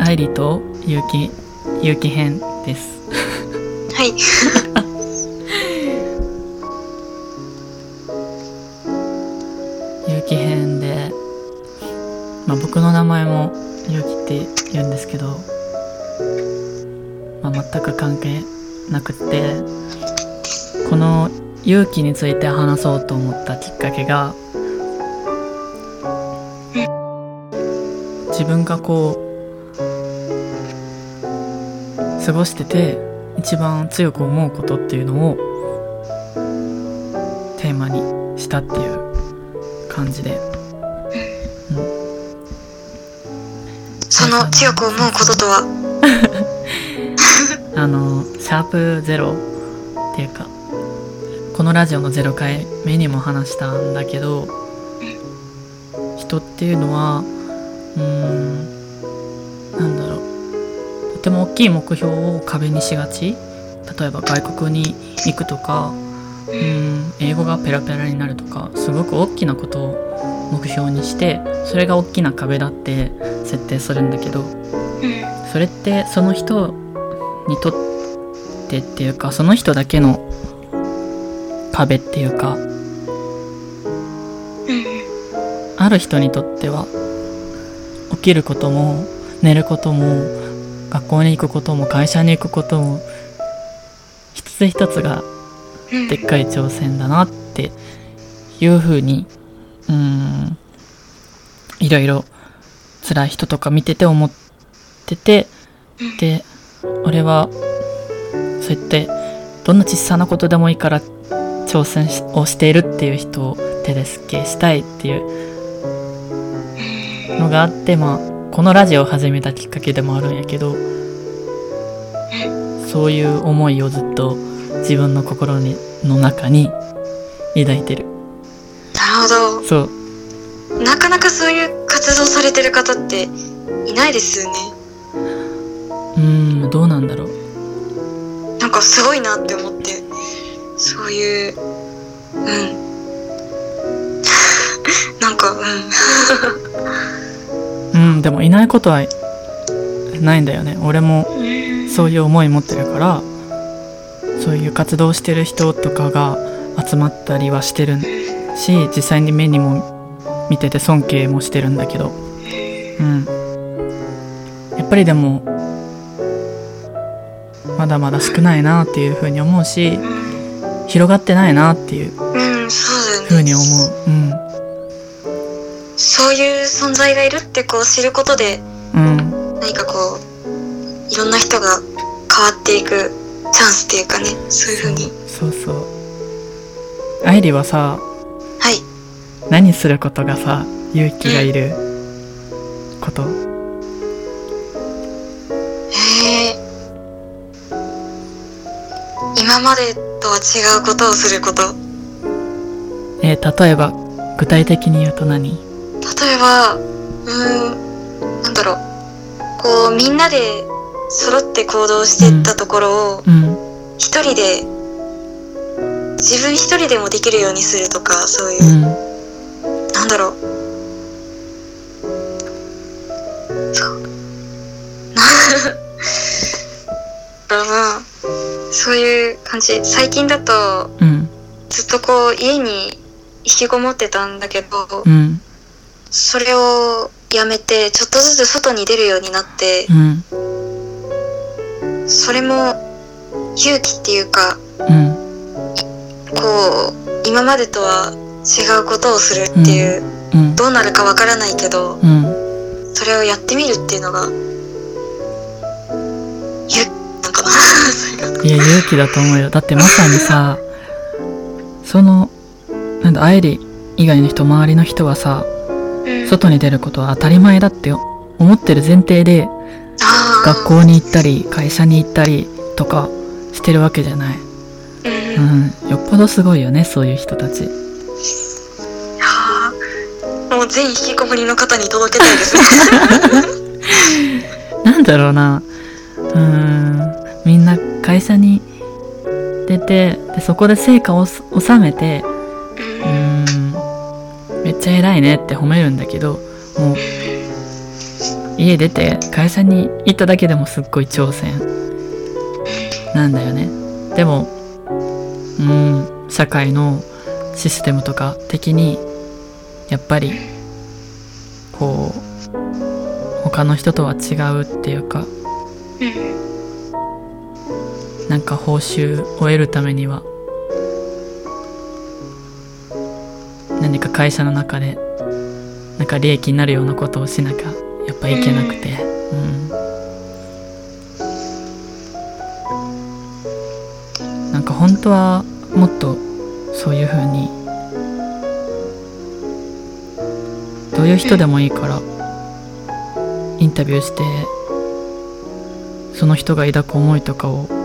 愛理とゆうき編ですはいゆうき編で、僕の名前もゆうきって言うんですけど、全く関係なくて、この勇気について話そうと思ったきっかけが、自分がこう過ごしてて一番強く思うことっていうのをテーマにしたっていう感じで、 その強く思うこととはシャープゼロっていうか、このラジオの0回目にも話したんだけど、人っていうのはなんだろう、とても大きい目標を壁にしがち。例えば外国に行くとか、英語がペラペラになるとか、すごく大きなことを目標にして、それが大きな壁だって設定するんだけど、それってその人にとってっていうか、その人だけの壁っていうか、ある人にとっては起きることも寝ることも学校に行くことも会社に行くことも一つ一つがでっかい挑戦だなっていう風にいろいろ辛い人とか見てて思ってて、で俺はそうやってどんな小さなことでもいいから挑戦をしているっていう人を手助けしたいっていうのがあって、このラジオを始めたきっかけでもあるんやけど、そういう思いをずっと自分の心の中に抱いてる。 なるほど。 そう、 なかなかそういう活動されてる方っていないですよね。 どうなんだろう。 なんかすごいなって思って、そういうなんかでもいないことはないんだよね。俺もそういう思い持ってるから、そういう活動してる人とかが集まったりはしてるし、実際に目にも見てて尊敬もしてるんだけど、やっぱりでもまだまだ少ないなっていう風に思うし、広がってないなっていう風に思う。 そういう存在がいるってこう知ることで、何かこういろんな人が変わっていくチャンスっていうかね、そういう風に。そう愛理はさ、 はい、 何することがさ勇気がいること？ 今までとは違うことをすること。 例えば具体的に言うと何？ 例えばなんだろう、こうみんなで揃って行動していったところを一人で、自分一人でもできるようにするとか、そういう、なんだろう、そういう感じ。最近だと、ずっとこう家に引きこもってたんだけど、それをやめてちょっとずつ外に出るようになって、それも勇気っていうか、こう今までとは違うことをするっていう、どうなるかわからないけど、それをやってみるっていうのが勇気なんかな。 いや、勇気だと思うよ。だってまさにさ、愛理以外の人、周りの人はさ、外に出ることは当たり前だって思ってる前提で学校に行ったり会社に行ったりとかしてるわけじゃない。よっぽどすごいよね、そういう人たち。 もう全引きこもりの方に届けたいですね。 なんだろうな、みんな会社に出て、でそこで成果を収めて、めっちゃ偉いねって褒めるんだけど、もう家出て会社に行っただけでもすっごい挑戦なんだよね。でも社会のシステムとか的にやっぱりこう他の人とは違うっていうか、なんか報酬を得るためには何か会社の中でなんか利益になるようなことをしなきゃやっぱいけなくて、なんか本当はもっとそういう風にどういう人でもいいからインタビューしてその人が抱く思いとかを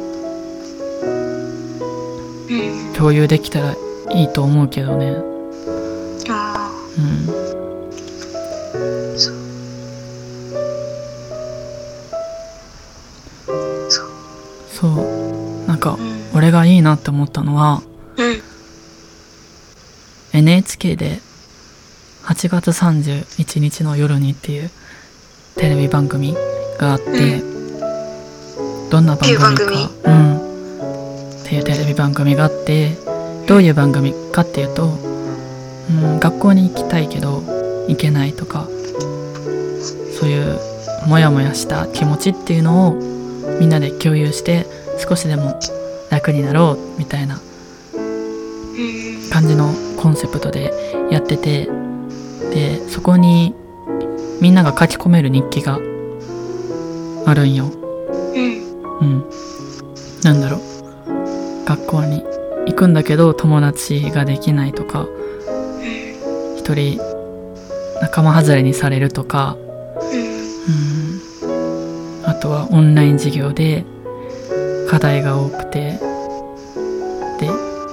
共有できたらいいと思うけどね。そうなんか俺がいいなって思ったのは、NHK で8月31日の夜にっていうテレビ番組があって、どんな番組かっていうテレビ番組があって、どういう番組かっていうと、学校に行きたいけど行けないとか、そういうモヤモヤした気持ちっていうのをみんなで共有して少しでも楽になろうみたいな感じのコンセプトでやってて、でそこにみんなが書き込める日記があるんよ。なんだろう、学校に行くんだけど友達ができないとか、一人仲間外れにされるとか、あとはオンライン授業で課題が多くて、で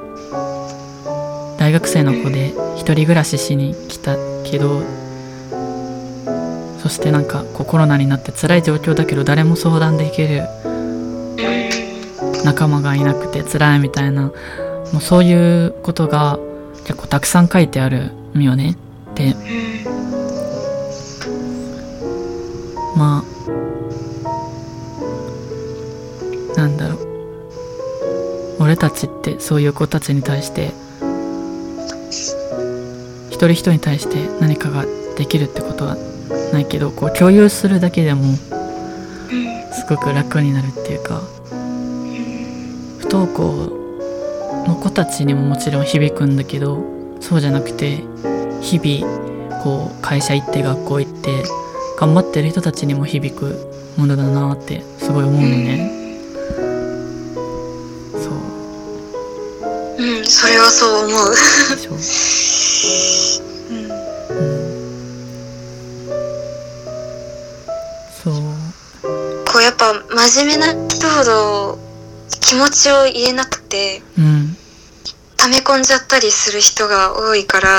大学生の子で一人暮らししに来たけど、そしてなんかコロナになって辛い状況だけど誰も相談できる仲間がいなくて辛いみたいな、もうそういうことが結構たくさん書いてあるんよね。でまあなんだろう、俺たちってそういう子たちに対して一人一人に対して何かができるってことはないけど、こう共有するだけでもすごく楽になるっていうか、不登校の子たちにももちろん響くんだけど、そうじゃなくて日々こう会社行って学校行って頑張ってる人たちにも響くものだなってすごい思うのね。 それはそう思う。 でしょ。そう。 こうやっぱ真面目な人ほど気持ちを言えなくて、溜め込んじゃったりする人が多いから、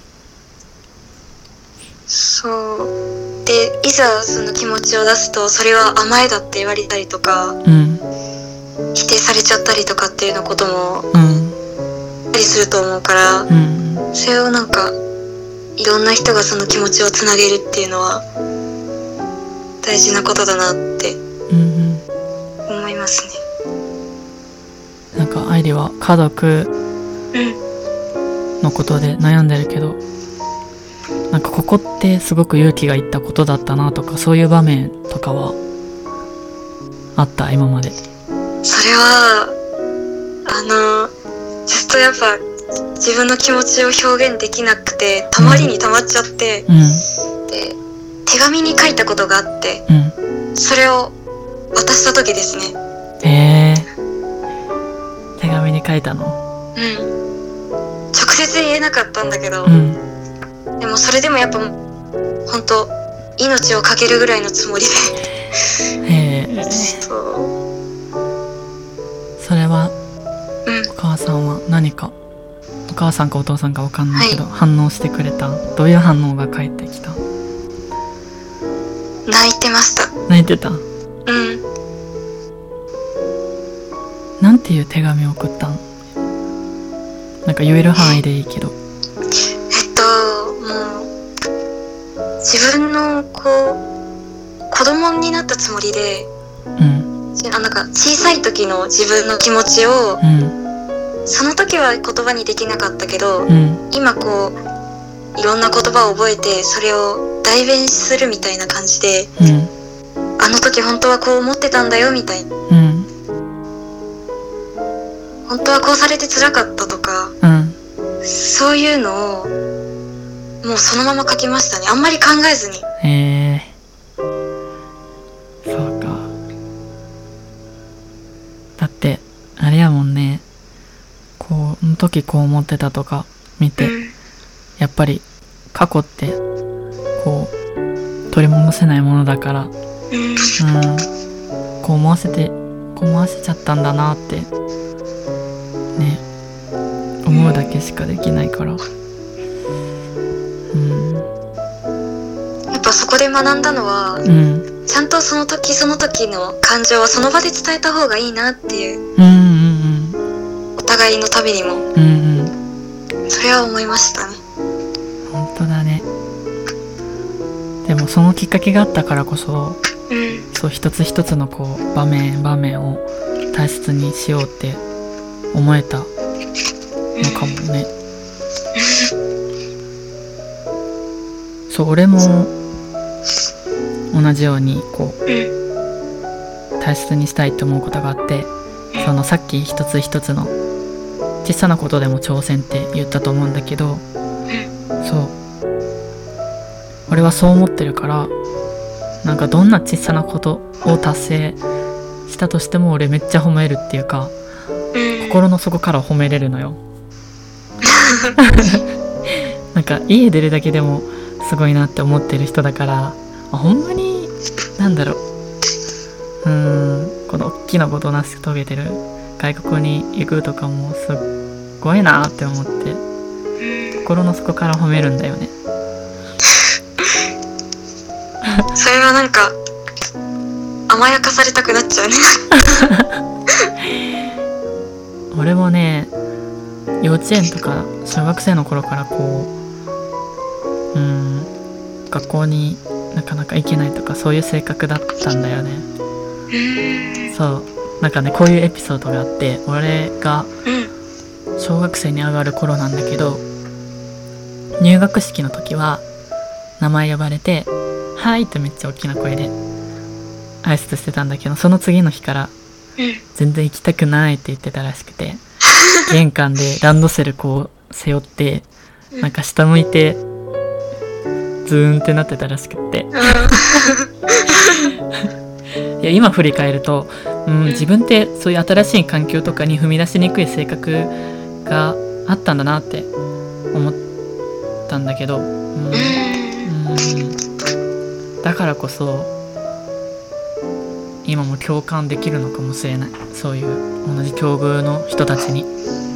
そうでいざその気持ちを出すとそれは甘えだって言われたりとか、否定されちゃったりとかっていうのこともあったりすると思うから、それをなんかいろんな人がその気持ちをつなげるっていうのは大事なことだなって思いますね。なんか愛理は家族のことで悩んでるけど、なんかここってすごく勇気がいったことだったなとか、そういう場面とかはあった今まで？ それはずっとやっぱ自分の気持ちを表現できなくて、たまりにたまっちゃって、で手紙に書いたことがあって、それを渡した時ですね。 手紙に書いたの？ 直接言えなかったんだけど、でもそれでもやっぱ本当命をかけるぐらいのつもりでそれは、お母さんは何か、お母さんかお父さんか分かんないけど、反応してくれた？どういう反応が返ってきた？ 泣いてました。 泣いてた？なんていう手紙を送ったん？なんか言える範囲でいいけど。 もう自分のこう子供になったつもりで、なんか小さい時の自分の気持ちを、その時は言葉にできなかったけど、今こういろんな言葉を覚えてそれを代弁するみたいな感じで、あの時本当はこう思ってたんだよみたいな、本当はこうされて辛かったとか、そういうのをもうそのまま書きましたね。あんまり考えずに。 そうか。だってあれやもんね、この時こう思ってたとか見て、やっぱり過去ってこう取り戻せないものだから、こう思わせちゃったんだなってね、思うだけしかできないから、 やっぱそこで学んだのは、ちゃんとその時その時の感情はその場で伝えた方がいいなっていう、お互いのためにも、それは思いましたね。 本当だね。でもそのきっかけがあったからこそ、そう一つ一つのこう場面を大切にしようって思えたのかもね。そう、俺も同じようにこう大切にしたいって思うことがあって、そのさっき一つ一つの小さなことでも挑戦って言ったと思うんだけど、そう俺はそう思ってるから、なんかどんな小さなことを達成したとしても俺めっちゃ褒めるっていうか、心の底から褒めれるのよ。なんか家出るだけでもすごいなって思ってる人だから、ほんまになんだろう、この大きなことを成し遂げてる、外国に行くとかもすっごいなって思って、心の底から褒めるんだよね。 それはなんか甘やかされたくなっちゃうね。 俺もね、幼稚園とか小学生の頃からこう、学校になかなか行けないとかそういう性格だったんだよね。そうなんかね、こういうエピソードがあって、俺が小学生に上がる頃なんだけど、入学式の時は名前呼ばれてはいってめっちゃ大きな声で挨拶してたんだけど、その次の日から全然行きたくないって言ってたらしくて、玄関でランドセルこう背負ってなんか下向いてズーンってなってたらしくって、いや今振り返ると、自分ってそういう新しい環境とかに踏み出しにくい性格があったんだなって思ったんだけど、だからこそ今も共感できるのかもしれない、そういう同じ境遇の人たちに。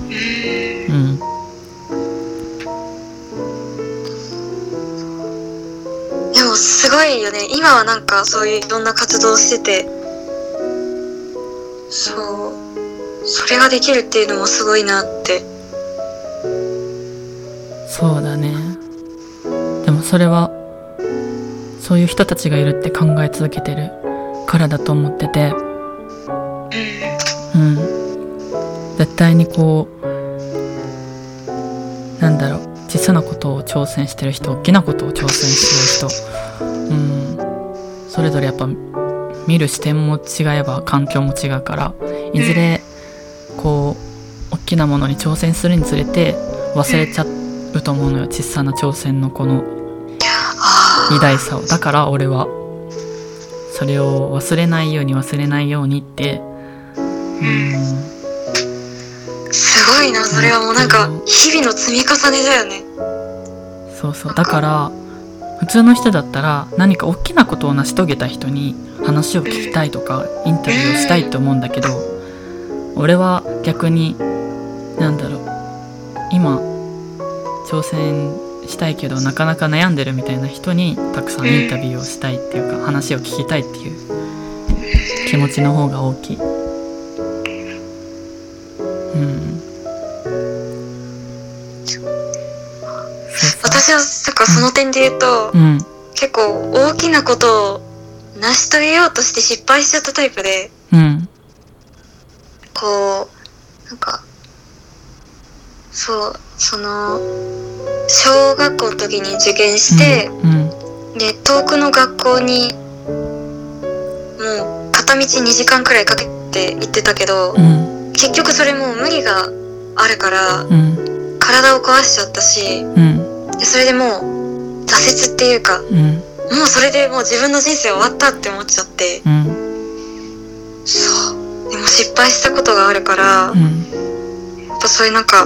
でもすごいよね。今はなんかそういういろんな活動をしてて、それができるっていうのもすごいなって。 そうだね。でもそれはそういう人たちがいるって考え続けてるからだと思ってて、絶対にこうなんだろう、小さなことを挑戦してる人、大きなことを挑戦してる人、それぞれやっぱ見る視点も違えば環境も違うから、いずれこう大きなものに挑戦するにつれて忘れちゃうと思うのよ、小さな挑戦のこの偉大さを。だから俺はそれを忘れないようにってすごいな。それはもうなんか日々の積み重ねだよね。 そうだから普通の人だったら何か大きなことを成し遂げた人に話を聞きたいとかインタビューをしたいと思うんだけど、俺は逆になんだろう、今挑戦したいけどなかなか悩んでるみたいな人にたくさんインタビューをしたいっていうか、話を聞きたいっていう気持ちの方が大きい。 私はなんかその点で言うと、結構大きなこと成し遂げようとして失敗しちゃったタイプで、 うん、 こうなんかそうその小学校の時に受験して、で遠くの学校にもう片道2時間くらいかけて行ってたけど、結局それもう無理があるから、体を壊しちゃったし、でそれでもう挫折っていうか、もうそれでもう自分の人生終わったって思っちゃって、そうでも失敗したことがあるから、やっぱそういうなんか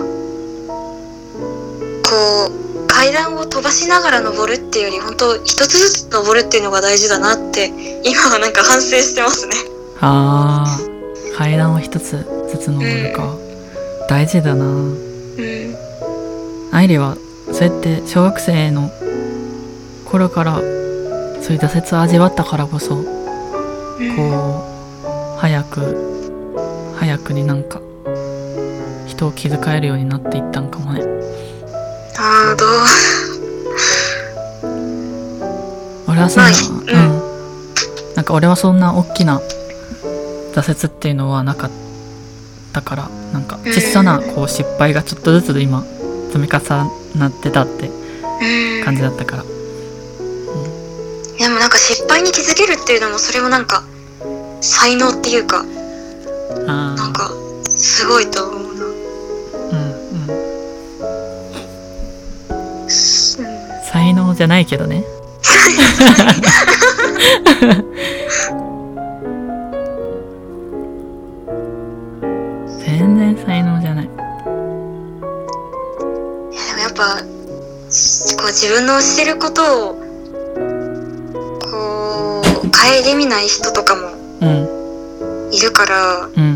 こう階段を飛ばしながら登るっていうより本当一つずつ登るっていうのが大事だなって今はなんか反省してますね。 あー、階段を一つずつ登るか、大事だな。愛理はそうやって小学生の頃からそういう挫折を味わったからこそ、こう早くになんか人を気遣えるようになっていったんかもね。 ああ、 俺はそんな、なんか俺はそんな大きな挫折っていうのはなかったから、なんか小さなこう失敗がちょっとずつ今積み重なってたって感じだったから、 でもなんか失敗に気づけるっていうのもそれもなんか才能っていうか、なんかすごいと思うな。 才能じゃないけどね。全然才能じゃない。いやでもやっぱこう自分のしてることをこう顧みない人とかもいるから、こ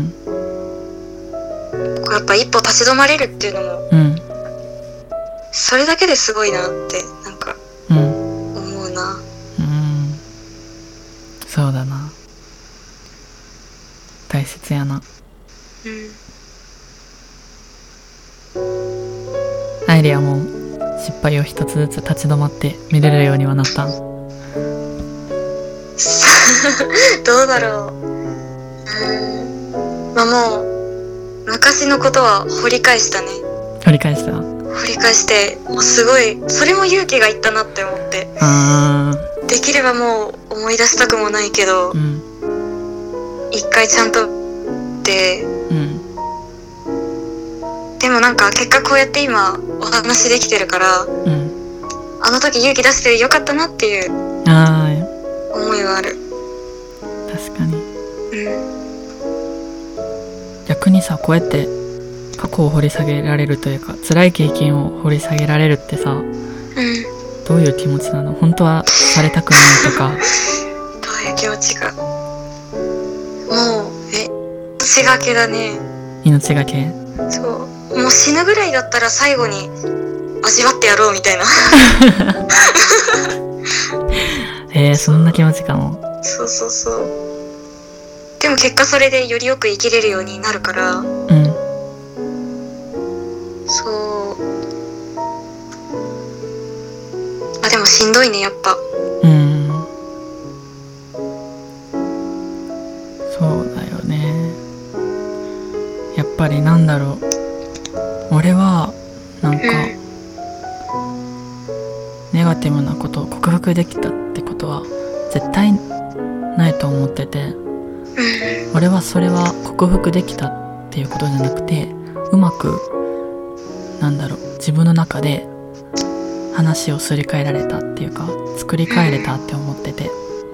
うやっぱ一歩立ち止まれるっていうのも、それだけですごいなってなんか思うな。 そうだな、大切やな。愛理はもう失敗を一つずつ立ち止まって見れるようにはなったん？ どうだろう。まあもう昔のことは掘り返したね。掘り返してもうすごいそれも勇気がいったなって思って、できればもう思い出したくもないけど、一回ちゃんとで、でもなんか結果こうやって今お話できてるから、あの時勇気出してよかったなっていう思いはある。 確かに、逆にさ、こうやって過去を掘り下げられるというか辛い経験を掘り下げられるってさ、どういう気持ちなの？本当はされたくないとか。どういう気持ちか。もう命がけだね。 命がけ。 そう、もう死ぬぐらいだったら最後に味わってやろうみたいな。 そんな気持ちかも。 そうそうそう。でも結果それでよりよく生きれるようになるから、そう。でもしんどいねやっぱ。 そうだよね。やっぱりなんだろう、俺はなんか、ネガティブなことを克服できたってことは絶対ないと思ってて、俺はそれは克服できたっていうことじゃなくて、うまくなんだろう、自分の中で話をすり替えられたっていうか作り変えれたって思ってて、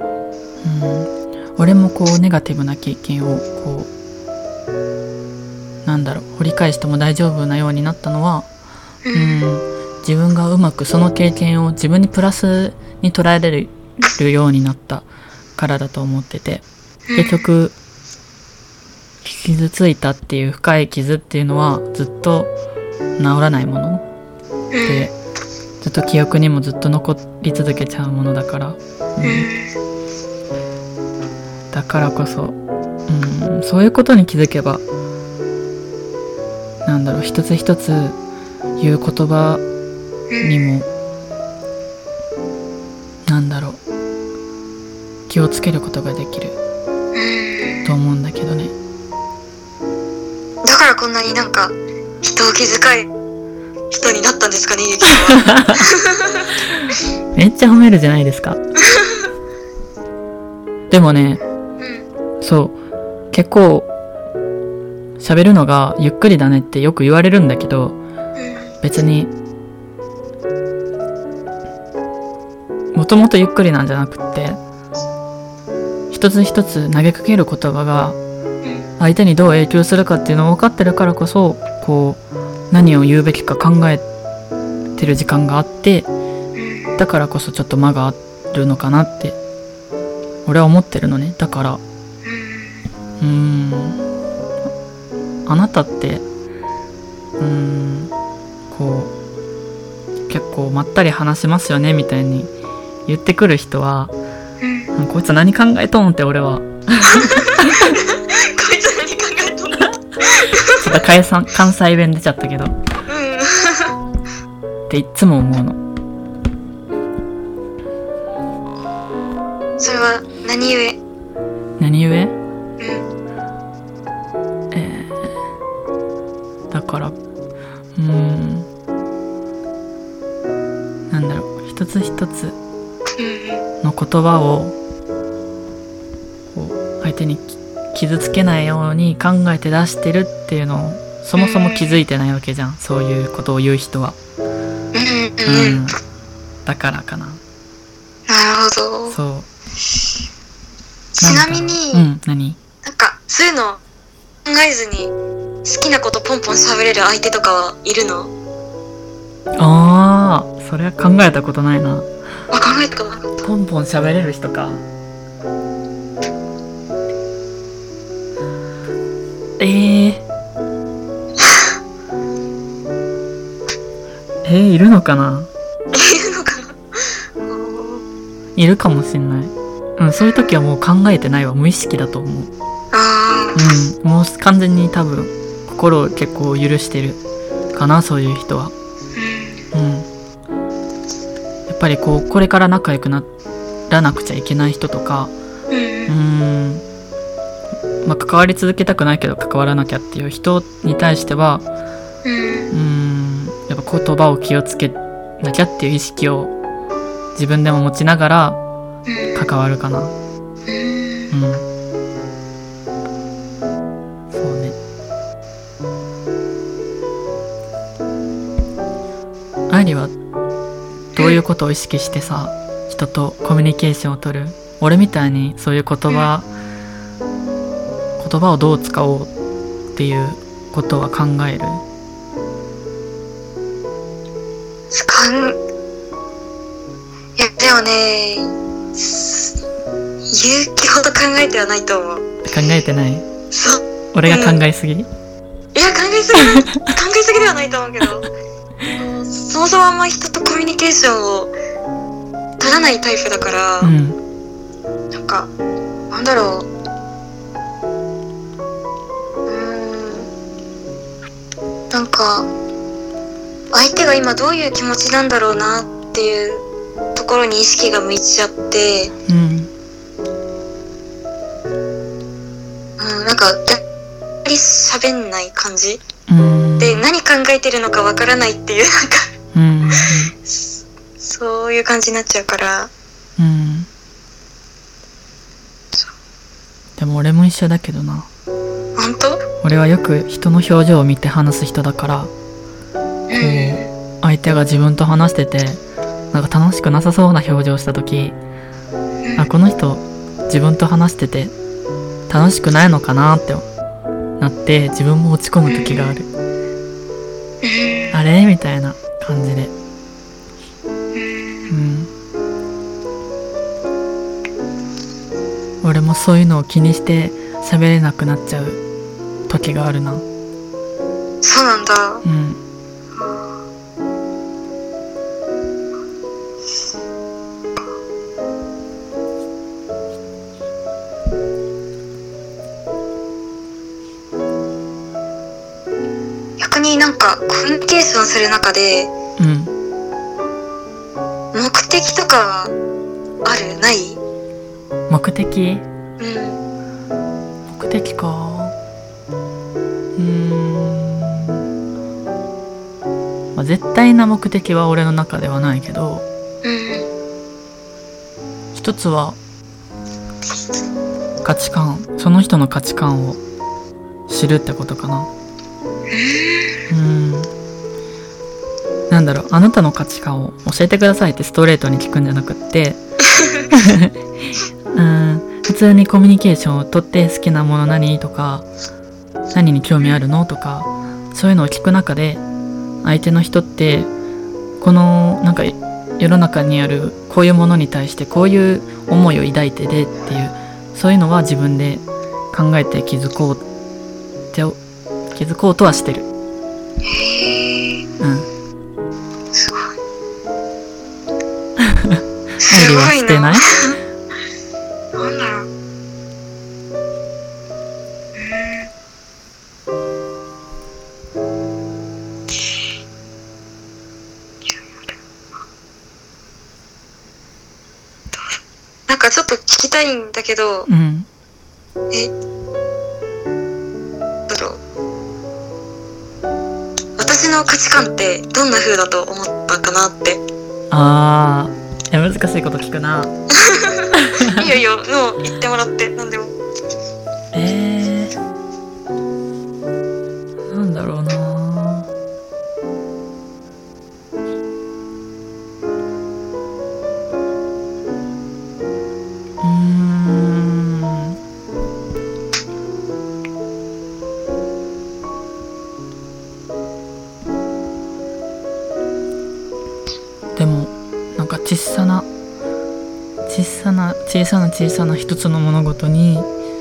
俺もこうネガティブな経験をこうなんだろう掘り返しても大丈夫なようになったのは、自分がうまくその経験を自分にプラスに捉えられるようになったからだと思ってて、結局傷ついたっていう深い傷っていうのはずっと治らないもので、ずっと記憶にもずっと残り続けちゃうものだから、だからこそ、そういうことに気づけば、なんだろう、一つ一つ言う言葉にも、なんだろう、 気をつけることができると思うんだけどね。 だからこんなになんか人を気遣い人になったんですかね、ゆきさんは。 めっちゃ褒めるじゃないですか。でもね、そう結構喋るのがゆっくりだねってよく言われるんだけど、別にもともとゆっくりなんじゃなくって、一つ一つ投げかける言葉が相手にどう影響するかっていうのを分かってるからこそ、こう何を言うべきか考えてる時間があって、だからこそちょっと間があるのかなって俺は思ってるのね。だからあなたってこう結構まったり話しますよねみたいに言ってくる人は、こいつ何考えとんって俺はこいつ何考えとんのちょっと関西弁出ちゃったけど、っていつも思うの。 それは何故？ だからなんだろう、一つ一つの言葉をこう相手に傷つけないように考えて出してるっていうのをそもそも気づいてないわけじゃん、そういうことを言う人は。だからかな。 なるほど。 そう。 ちなみに、 何？ なんかそういうの考えずに好きなことポンポン喋れる相手とかはいるの？ ああ、それは考えたことないな。 考えたことなかった。 ポンポン喋れる人か。いるのかな？いるかもしんない。そういう時はもう考えてないわ。無意識だと思う。もう完全に多分心を結構許してるかな、そういう人は。やっぱりこれから仲良くならなくちゃいけない人とか、関わり続けたくないけど関わらなきゃっていう人に対しては、やっぱ言葉を気をつけなきゃっていう意識を自分でも持ちながら関わるかな。そうね。愛理はどういうことを意識してさ、人とコミュニケーションを取る？俺みたいにそういう言葉をどう使おうっていうことは考える？ いやでもね、勇気ほど考えてはないと思う。 考えてない？ そう。 俺が考えすぎ？いや考えすぎではないと思うけど、そもそもあんま人とコミュニケーションを取らないタイプだから、なんかなんだろう。なんか相手が今どういう気持ちなんだろうなっていうところに意識が向いちゃって、なんか逆に喋んない感じ、で何考えてるのかわからないっていうなんかそういう感じになっちゃうから。 でも俺も一緒だけどな。 本当？ 俺はよく人の表情を見て話す人だから、相手が自分と話しててなんか楽しくなさそうな表情をした時、この人自分と話してて楽しくないのかなってなって自分も落ち込む時がある。あれみたいな感じで。俺もそういうのを気にして喋れなくなっちゃう時があるな。 そうなんだ。逆になんかコミュニケーションする中で、目的とかある？ない？ 目的か。まあ、絶対な目的は俺の中ではないけど、一つは価値観、その人の価値観を知るってことかな。なんだろう、あなたの価値観を教えてくださいってストレートに聞くんじゃなくって普通にコミュニケーションをとって、好きなもの何とか、何に興味あるのとか、そういうのを聞く中で、相手の人ってこのなんか世の中にあるこういうものに対してこういう思いを抱いてでっていう、そういうのは自分で考えて気づこうとはしてる。 すごい。 愛理はしてない？ なんだろう。なんかちょっと聞きたいんだけど、なんだろう。私の価値観ってどんな風だと思ったかなって。 難しいこと聞くな。 いいよいいよ、もう言ってもらって、何でも。 なんだろうな。でもなんか小さな一つの物事に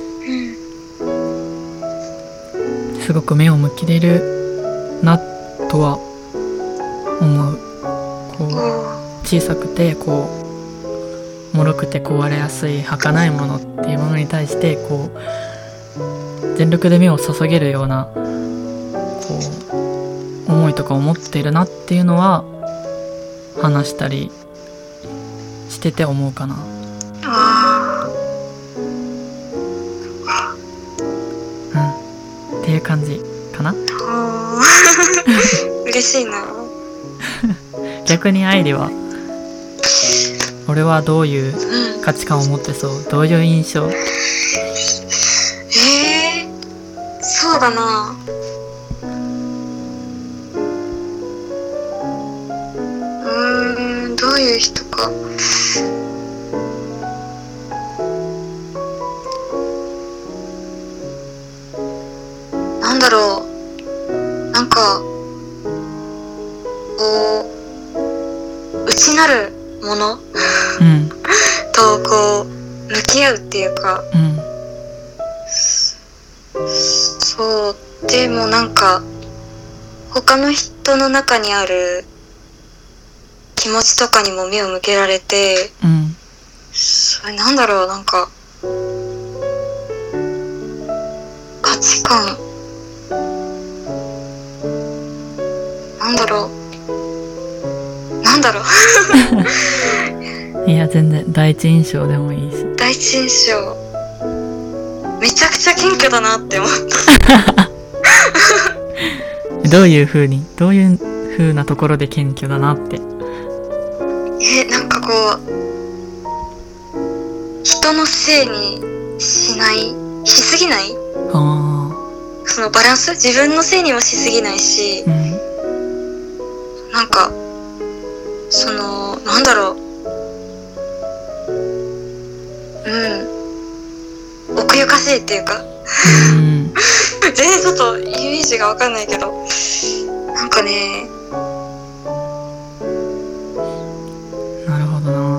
すごく目を向けれるなとは思う。こう小さくてこう脆くて壊れやすい儚いものっていうものに対してこう全力で目を注げるようなこう思いとか思っているなっていうのは話したりしてて思うかな。っていう感じかな。 嬉しいな。 逆に愛理は、俺はどういう価値観を持ってそう？どういう印象？ そうだな。どういう人か。なんだろう。なんかこう内なるもの、とこう向き合うっていうか、そうでもなんか他の人の中にある気持ちとかにも目を向けられて、それなんだろう、なんか価値観なんだろういや全然第一印象でもいいし。 第一印象めちゃくちゃ謙虚だなって思ったどういう風なところで謙虚だなって。 なんかこう人のせいにしすぎない、そのバランス、自分のせいにもしすぎないし、なんかそのなんだろう、奥ゆかしいっていうか全然ちょっとイメージがわかんないけど、なんかね。 なるほどな。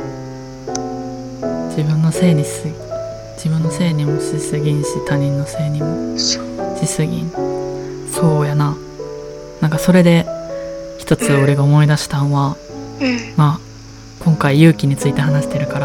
自分のせいにもしすぎんし、他人のせいにもしすぎん。そうやな。なんかそれで一つ俺が思い出したんは、まあ今回勇気について話してるから、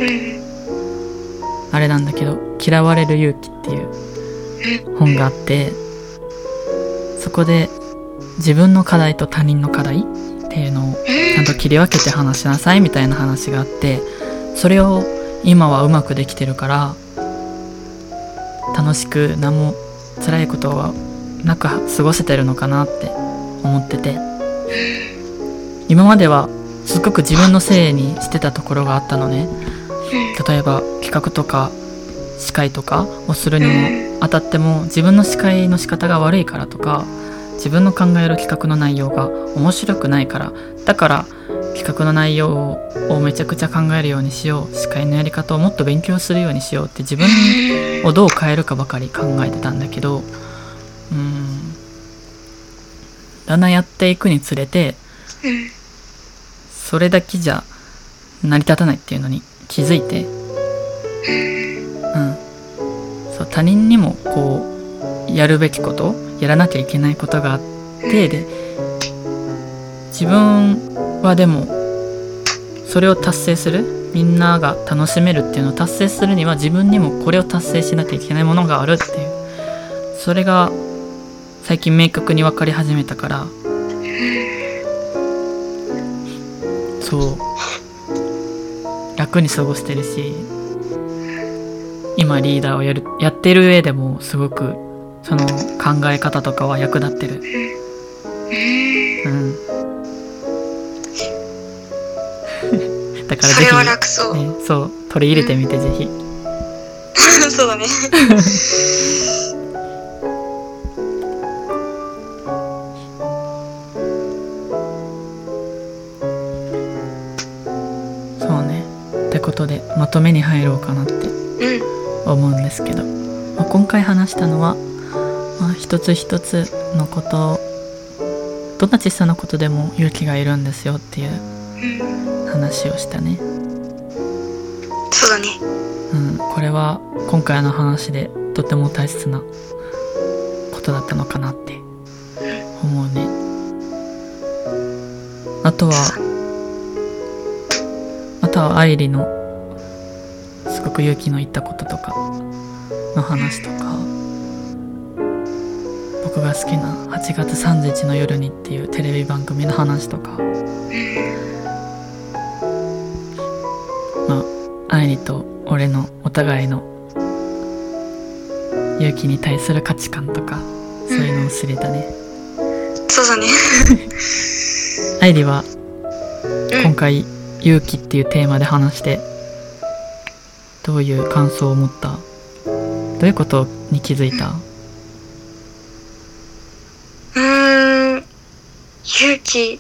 あれなんだけど、嫌われる勇気っていう本があって、そこで自分の課題と他人の課題っていうのをちゃんと切り分けて話しなさいみたいな話があって、それを今はうまくできてるから楽しく何も辛いことはなく過ごせてるのかなって思ってて、今まではすごく自分のせいにしてたところがあったのね。例えば企画とか司会とかをするにもあたっても、自分の司会の仕方が悪いからとか、自分の考える企画の内容が面白くないから、だから企画の内容をめちゃくちゃ考えるようにしよう、司会のやり方をもっと勉強するようにしようって自分をどう変えるかばかり考えてたんだけど、だんだんやっていくにつれて、それだけじゃ成り立たないっていうのに気づいて、そう、他人にもこうやるべきこと、やらなきゃいけないことがあって、で自分はでもそれを達成する、みんなが楽しめるっていうのを達成するには自分にもこれを達成しなきゃいけないものがあるっていう、それが最近明確に分かり始めたから、そう楽に過ごしてるし、今リーダーをやってる上でもすごくその考え方とかは役立ってる。だからぜひそれは楽そう、 ね、そう取り入れてみて、ぜひそうだねそうね。ってことでまとめに入ろうかなって思うんですけど、今回話したのは、一つ一つのこと、どんな小さなことでも勇気がいるんですよっていう話をしたね。 そうだね。 これは今回の話でとても大切なことだったのかなって思うね。あとは愛理のすごく勇気のいったこととかの話とか、僕が好きな8月30日の夜にっていうテレビ番組の話とか、愛理と俺のお互いの勇気に対する価値観とか、そういうのを知れたね。 そうだね愛理は今回勇気っていうテーマで話して、どういう感想を持った？どういうことに気づいた？ 勇気、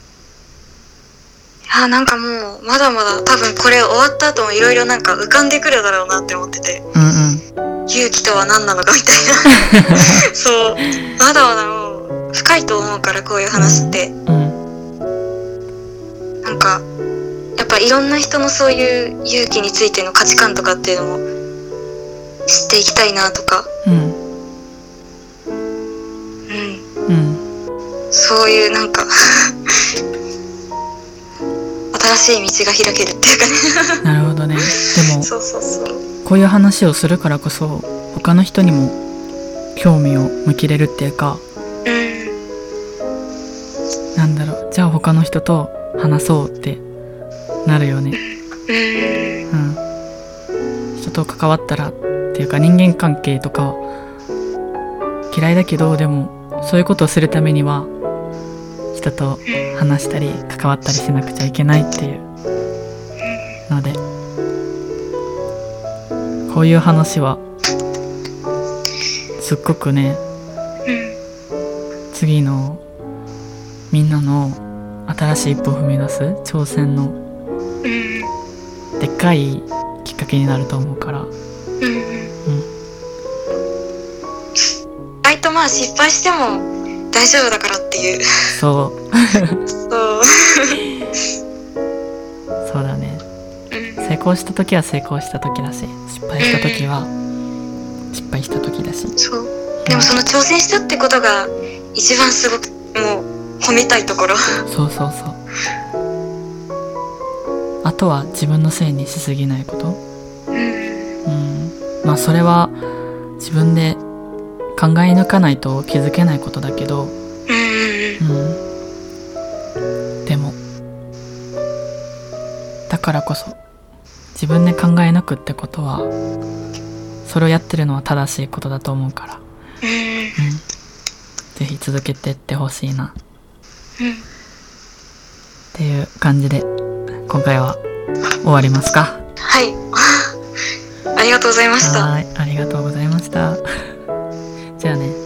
なんかもうまだまだ多分これ終わった後もいろいろなんか浮かんでくるだろうなって思ってて、勇気とは何なのかみたいなそうまだまだもう深いと思うから、こういう話って、なんかやっぱいろんな人のそういう勇気についての価値観とかっていうのも知っていきたいなとか、そういうなんか新しい道が開けるっていうかねなるほどね。でもそうこういう話をするからこそ他の人にも興味を向けれるっていうか、なんだろう、じゃあ他の人と話そうってなるよね。人と関わったらっていうか、人間関係とか嫌いだけど、でもそういうことをするためには人と話したり関わったりしなくちゃいけないっていうので、こういう話はすっごくね、次のみんなの新しい一歩を踏み出す挑戦のでっかいきっかけになると思うから、 失敗しても大丈夫だからっていうそうそうだね。成功した時は成功した時だし、失敗した時は失敗した時だし、 でもその挑戦したってことが一番すごくもう褒めたいところそうあとは自分のせいにしすぎないこと、それは自分で考え抜かないと気づけないことだけど、でもだからこそ自自分で考え抜くってことはそれをやってるのは正しいことだと思うから、ぜひ続けてってほしいな、っていう感じで今回は終わりますか。 はいありがとうございました。 はい、ありがとうございましたじゃあね。